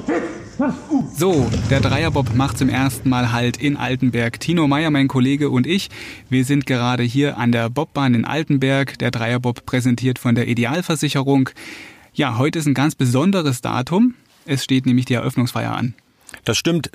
So, der Dreierbob macht zum ersten Mal Halt in Altenberg. Tino Meyer, mein Kollege, und ich, wir sind gerade hier an der Bobbahn in Altenberg. Der Dreierbob präsentiert von der Idealversicherung. Ja, heute ist ein ganz besonderes Datum. Es steht nämlich die Eröffnungsfeier an. Das stimmt,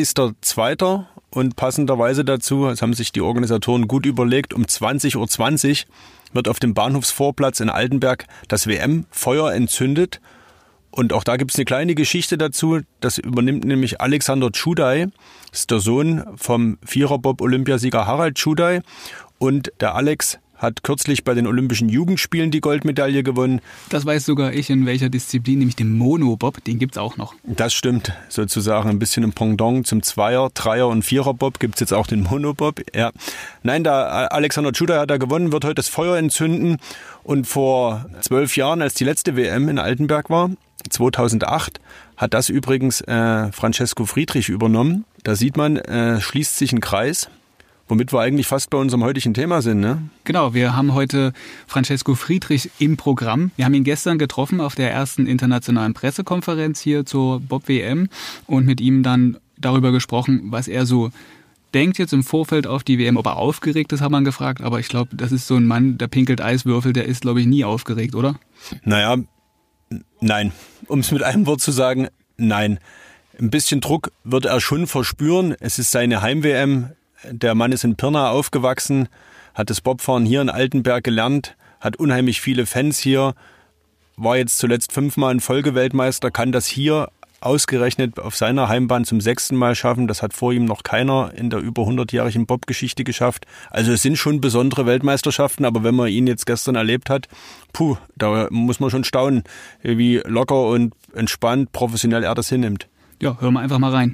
20.02. Und passenderweise dazu, das haben sich die Organisatoren gut überlegt, um 20.20 Uhr wird auf dem Bahnhofsvorplatz in Altenberg das WM-Feuer entzündet. Und auch da gibt es eine kleine Geschichte dazu. Das übernimmt nämlich Alexander Tschudai. Das ist der Sohn vom Viererbob-Olympiasieger Harald Tschudai. Und der Alex hat kürzlich bei den Olympischen Jugendspielen die Goldmedaille gewonnen. Das weiß sogar ich, in welcher Disziplin, nämlich dem Monobob. Den gibt's auch noch. Das stimmt, sozusagen ein bisschen im Pendant zum Zweier-, Dreier- und Viererbob gibt's jetzt auch den Monobob. Ja. Nein, der Alexander Tschudai hat da gewonnen, wird heute das Feuer entzünden. Und vor 12 Jahren, als die letzte WM in Altenberg war, 2008, hat das übrigens Francesco Friedrich übernommen. Da sieht man, schließt sich ein Kreis. Womit wir eigentlich fast bei unserem heutigen Thema sind, ne? Genau, wir haben heute Francesco Friedrich im Programm. Wir haben ihn gestern getroffen auf der ersten internationalen Pressekonferenz hier zur Bob-WM und mit ihm dann darüber gesprochen, was er so denkt jetzt im Vorfeld auf die WM. Ob er aufgeregt ist, hat man gefragt. Aber ich glaube, das ist so ein Mann, der pinkelt Eiswürfel, der ist, glaube ich, nie aufgeregt, oder? Naja, nein. Um es mit einem Wort zu sagen, nein. Ein bisschen Druck wird er schon verspüren. Es ist seine Heim-WM. Der Mann ist in Pirna aufgewachsen, hat das Bobfahren hier in Altenberg gelernt, hat unheimlich viele Fans hier, war jetzt zuletzt 5-mal in Folge Weltmeister, kann das hier ausgerechnet auf seiner Heimbahn zum 6. Mal schaffen. Das hat vor ihm noch keiner in der über 100-jährigen Bob-Geschichte geschafft. Also es sind schon besondere Weltmeisterschaften, aber wenn man ihn jetzt gestern erlebt hat, da muss man schon staunen, wie locker und entspannt, professionell er das hinnimmt. Ja, hören wir einfach mal rein.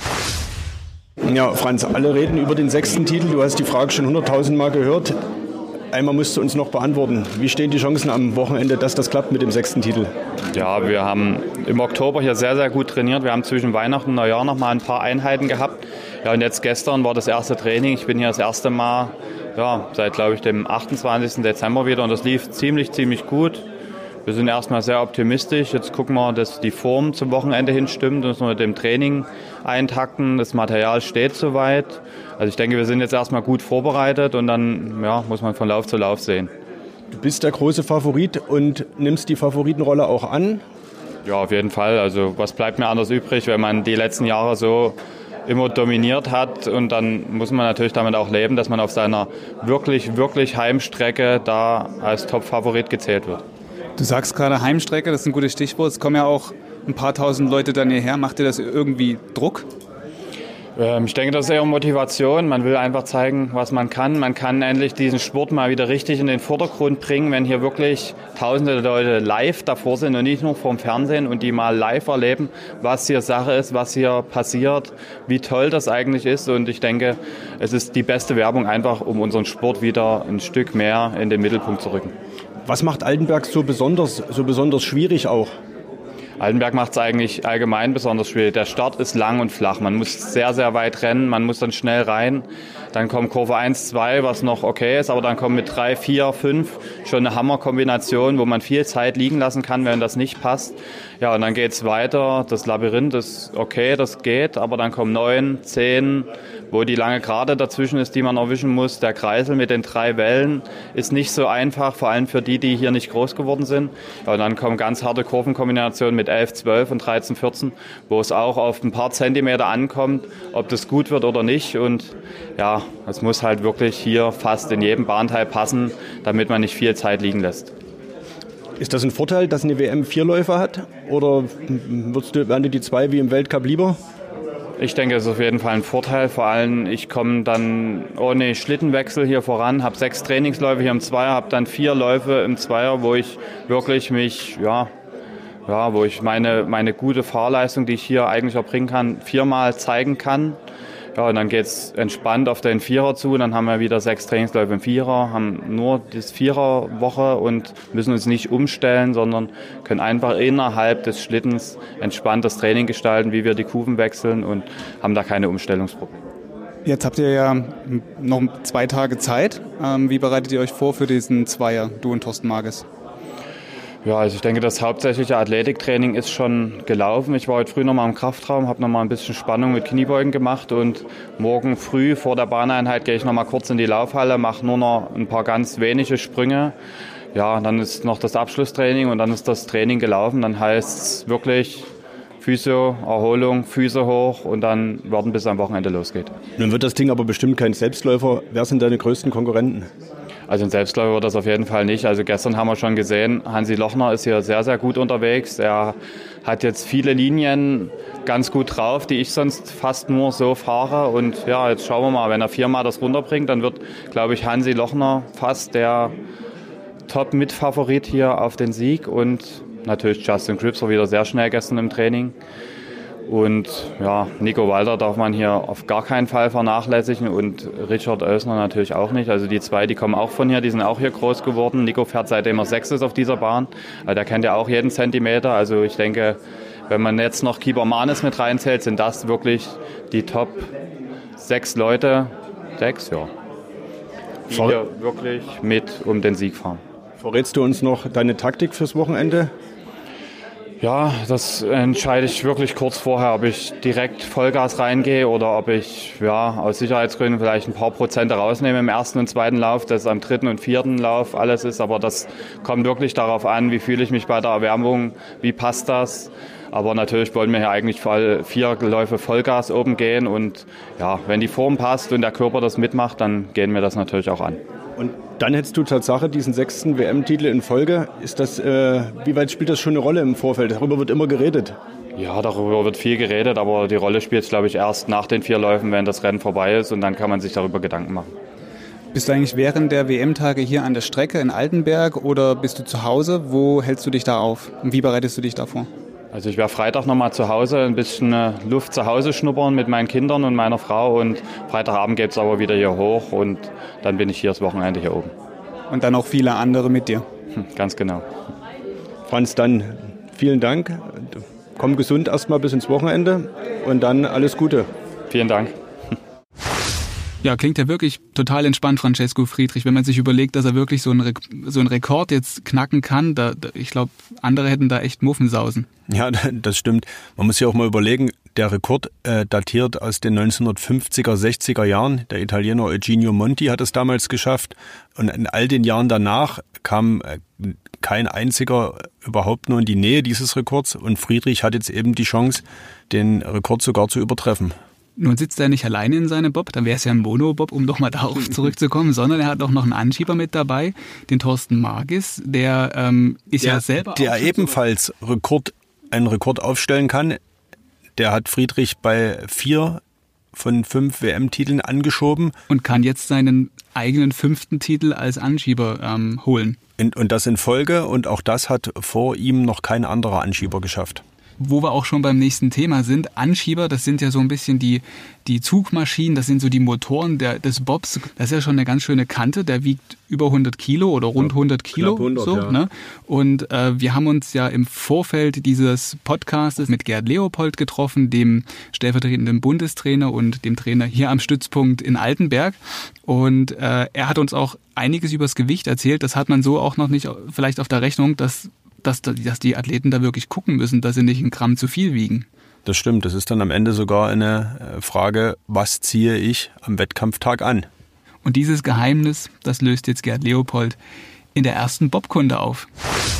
Ja, Franz, alle reden über den 6. Titel. Du hast die Frage schon 100.000 Mal gehört. Einmal musst du uns noch beantworten. Wie stehen die Chancen am Wochenende, dass das klappt mit dem 6. Titel? Ja, wir haben im Oktober hier sehr, sehr gut trainiert. Wir haben zwischen Weihnachten und Neujahr noch mal ein paar Einheiten gehabt. Ja, und jetzt gestern war das erste Training. Ich bin hier das erste Mal seit, glaube ich, dem 28. Dezember wieder. Und das lief ziemlich gut. Wir sind erstmal sehr optimistisch. Jetzt gucken wir, dass die Form zum Wochenende hin stimmt, dass wir mit dem Training eintakten. Das Material steht soweit. Also ich denke, wir sind jetzt erstmal gut vorbereitet und dann muss man von Lauf zu Lauf sehen. Du bist der große Favorit und nimmst die Favoritenrolle auch an? Ja, auf jeden Fall. Also was bleibt mir anders übrig, wenn man die letzten Jahre so immer dominiert hat, und dann muss man natürlich damit auch leben, dass man auf seiner wirklich Heimstrecke da als Top-Favorit gezählt wird. Du sagst gerade Heimstrecke, das ist ein gutes Stichwort. Es kommen ja auch ein paar tausend Leute dann hierher. Macht dir das irgendwie Druck? Ich denke, das ist eher Motivation. Man will einfach zeigen, was man kann. Man kann endlich diesen Sport mal wieder richtig in den Vordergrund bringen, wenn hier wirklich tausende Leute live davor sind und nicht nur vorm Fernsehen und die mal live erleben, was hier Sache ist, was hier passiert, wie toll das eigentlich ist. Und ich denke, es ist die beste Werbung einfach, um unseren Sport wieder ein Stück mehr in den Mittelpunkt zu rücken. Was macht Altenberg so besonders schwierig auch? Altenberg macht es eigentlich allgemein besonders schwierig. Der Start ist lang und flach. Man muss sehr, sehr weit rennen, man muss dann schnell rein. Dann kommt Kurve 1, 2, was noch okay ist, aber dann kommt mit 3, 4, 5 schon eine Hammerkombination, wo man viel Zeit liegen lassen kann, wenn das nicht passt. Ja, und dann geht's weiter. Das Labyrinth ist okay, das geht, aber dann kommen 9, 10, wo die lange Gerade dazwischen ist, die man erwischen muss. Der Kreisel mit den 3 Wellen ist nicht so einfach, vor allem für die hier nicht groß geworden sind. Ja, und dann kommen ganz harte Kurvenkombinationen mit 11, 12 und 13, 14, wo es auch auf ein paar Zentimeter ankommt, ob das gut wird oder nicht. Und ja, es muss halt wirklich hier fast in jedem Bahnteil passen, damit man nicht viel Zeit liegen lässt. Ist das ein Vorteil, dass eine WM 4 Läufer hat? Oder wären dir die 2 wie im Weltcup lieber? Ich denke, es ist auf jeden Fall ein Vorteil. Vor allem, ich komme dann ohne Schlittenwechsel hier voran, habe 6 Trainingsläufe hier im Zweier, habe dann 4 Läufe im Zweier, wo ich wirklich wo ich meine gute Fahrleistung, die ich hier eigentlich erbringen kann, 4-mal zeigen kann. Ja, und dann geht's entspannt auf den Vierer zu. Dann haben wir wieder 6 Trainingsläufe im Vierer, haben nur das Viererwoche und müssen uns nicht umstellen, sondern können einfach innerhalb des Schlittens entspannt das Training gestalten, wie wir die Kufen wechseln, und haben da keine Umstellungsprobleme. Jetzt habt ihr ja noch 2 Tage Zeit. Wie bereitet ihr euch vor für diesen Zweier, du und Thorsten Marges? Ja, also ich denke, das hauptsächliche Athletiktraining ist schon gelaufen. Ich war heute früh nochmal im Kraftraum, habe nochmal ein bisschen Spannung mit Kniebeugen gemacht und morgen früh vor der Bahneinheit gehe ich nochmal kurz in die Laufhalle, mache nur noch ein paar ganz wenige Sprünge. Ja, dann ist noch das Abschlusstraining und dann ist das Training gelaufen. Dann heißt es wirklich Physio, Erholung, Füße hoch und dann warten, bis es am Wochenende losgeht. Nun wird das Ding aber bestimmt kein Selbstläufer. Wer sind deine größten Konkurrenten? Also ein Selbstläufer wird das auf jeden Fall nicht. Also gestern haben wir schon gesehen, Hansi Lochner ist hier sehr, sehr gut unterwegs. Er hat jetzt viele Linien ganz gut drauf, die ich sonst fast nur so fahre. Und ja, jetzt schauen wir mal, wenn er 4-mal das runterbringt, dann wird, glaube ich, Hansi Lochner fast der Top-Mitfavorit hier auf den Sieg. Und natürlich Justin Cripps war wieder sehr schnell gestern im Training. Und ja, Nico Walter darf man hier auf gar keinen Fall vernachlässigen und Richard Oelsner natürlich auch nicht. Also die zwei, die kommen auch von hier, die sind auch hier groß geworden. Nico fährt seitdem er 6 ist auf dieser Bahn. Also der kennt ja auch jeden Zentimeter. Also ich denke, wenn man jetzt noch Kiber Manes mit reinzählt, sind das wirklich die Top 6 Leute. 6, ja. Die hier wirklich mit um den Sieg fahren. Verrätst du uns noch deine Taktik fürs Wochenende? Ja, das entscheide ich wirklich kurz vorher, ob ich direkt Vollgas reingehe oder ob ich aus Sicherheitsgründen vielleicht ein paar Prozent rausnehme im ersten und zweiten Lauf, dass es am dritten und vierten Lauf alles ist. Aber das kommt wirklich darauf an, wie fühle ich mich bei der Erwärmung, wie passt das. Aber natürlich wollen wir hier eigentlich 4 Läufe Vollgas oben gehen. Und ja, wenn die Form passt und der Körper das mitmacht, dann gehen wir das natürlich auch an. Und dann hättest du Tatsache diesen 6. WM-Titel in Folge. Ist das, wie weit spielt das schon eine Rolle im Vorfeld? Darüber wird immer geredet. Ja, darüber wird viel geredet, aber die Rolle spielt es, glaube ich, erst nach den 4 Läufen, wenn das Rennen vorbei ist und dann kann man sich darüber Gedanken machen. Bist du eigentlich während der WM-Tage hier an der Strecke in Altenberg oder bist du zu Hause? Wo hältst du dich da auf und wie bereitest du dich da vor? Also ich werde Freitag nochmal zu Hause ein bisschen Luft zu Hause schnuppern mit meinen Kindern und meiner Frau und Freitagabend geht es aber wieder hier hoch und dann bin ich hier das Wochenende hier oben. Und dann auch viele andere mit dir? Ganz genau. Franz, dann vielen Dank. Komm gesund erstmal bis ins Wochenende und dann alles Gute. Vielen Dank. Ja, klingt ja wirklich total entspannt, Francesco Friedrich, wenn man sich überlegt, dass er wirklich so einen Rekord jetzt knacken kann. Ich glaube, andere hätten da echt Muffensausen. Ja, das stimmt. Man muss sich auch mal überlegen, der Rekord datiert aus den 1950er, 60er Jahren. Der Italiener Eugenio Monti hat es damals geschafft. Und in all den Jahren danach kam kein einziger überhaupt nur in die Nähe dieses Rekords. Und Friedrich hat jetzt eben die Chance, den Rekord sogar zu übertreffen. Nun sitzt er nicht alleine in seinem Bob, dann wäre es ja ein Monobob, um doch mal darauf zurückzukommen, sondern er hat auch noch einen Anschieber mit dabei, den Thorsten Margis, der ist ja selber... Der ebenfalls einen Rekord aufstellen kann. Der hat Friedrich bei 4 von 5 WM-Titeln angeschoben. Und kann jetzt seinen eigenen 5. Titel als Anschieber holen. Und das in Folge und auch das hat vor ihm noch kein anderer Anschieber geschafft. Wo wir auch schon beim nächsten Thema sind, Anschieber, das sind ja so ein bisschen die Zugmaschinen, das sind so die Motoren des Bobs. Das ist ja schon eine ganz schöne Kante, der wiegt über 100 Kilo oder rund 100 Kilo. 100, so, ja. Ne? Und wir haben uns ja im Vorfeld dieses Podcastes mit Gerd Leopold getroffen, dem stellvertretenden Bundestrainer und dem Trainer hier am Stützpunkt in Altenberg. Und er hat uns auch einiges übers Gewicht erzählt. Das hat man so auch noch nicht vielleicht auf der Rechnung, dass die Athleten da wirklich gucken müssen, dass sie nicht 1 Gramm zu viel wiegen. Das stimmt. Das ist dann am Ende sogar eine Frage, was ziehe ich am Wettkampftag an? Und dieses Geheimnis, das löst jetzt Gerd Leopold in der ersten Bobkunde auf.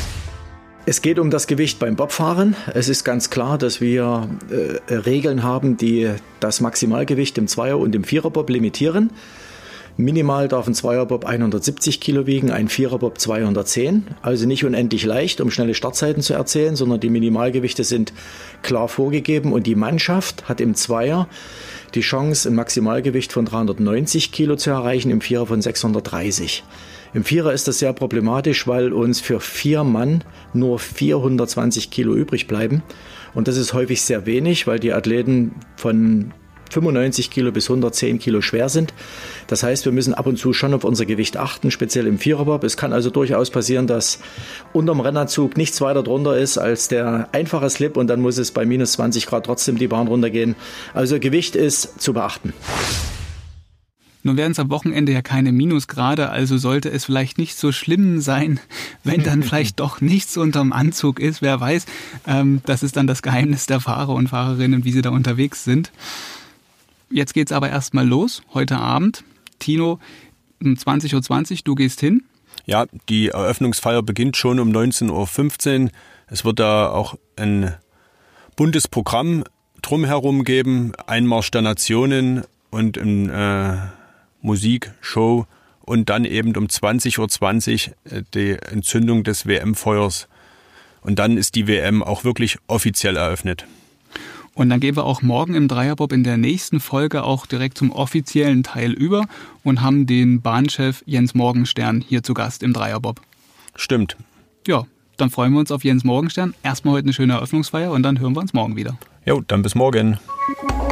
Es geht um das Gewicht beim Bobfahren. Es ist ganz klar, dass wir Regeln haben, die das Maximalgewicht im Zweier- und im Viererbob limitieren. Minimal darf ein Zweierbob 170 Kilo wiegen, ein Viererbob 210. Also nicht unendlich leicht, um schnelle Startzeiten zu erzielen, sondern die Minimalgewichte sind klar vorgegeben. Und die Mannschaft hat im Zweier die Chance, ein Maximalgewicht von 390 Kilo zu erreichen, im Vierer von 630. Im Vierer ist das sehr problematisch, weil uns für 4 Mann nur 420 Kilo übrig bleiben. Und das ist häufig sehr wenig, weil die Athleten von 95 Kilo bis 110 Kilo schwer sind. Das heißt, wir müssen ab und zu schon auf unser Gewicht achten, speziell im Viererbob. Es kann also durchaus passieren, dass unterm Rennanzug nichts weiter drunter ist als der einfache Slip und dann muss es bei minus 20 Grad trotzdem die Bahn runtergehen. Also Gewicht ist zu beachten. Nun werden es am Wochenende ja keine Minusgrade, also sollte es vielleicht nicht so schlimm sein, wenn dann vielleicht doch nichts unterm Anzug ist. Wer weiß, das ist dann das Geheimnis der Fahrer und Fahrerinnen, wie sie da unterwegs sind. Jetzt geht's aber erstmal los, heute Abend. Tino, um 20.20 Uhr, du gehst hin. Ja, die Eröffnungsfeier beginnt schon um 19.15 Uhr. Es wird da auch ein buntes Programm drumherum geben, Einmarsch der Nationen und Musik, Show und dann eben um 20.20 Uhr die Entzündung des WM-Feuers. Und dann ist die WM auch wirklich offiziell eröffnet. Und dann gehen wir auch morgen im Dreierbob in der nächsten Folge auch direkt zum offiziellen Teil über und haben den Bahnchef Jens Morgenstern hier zu Gast im Dreierbob. Stimmt. Ja, dann freuen wir uns auf Jens Morgenstern. Erstmal heute eine schöne Eröffnungsfeier und dann hören wir uns morgen wieder. Jo, dann bis morgen.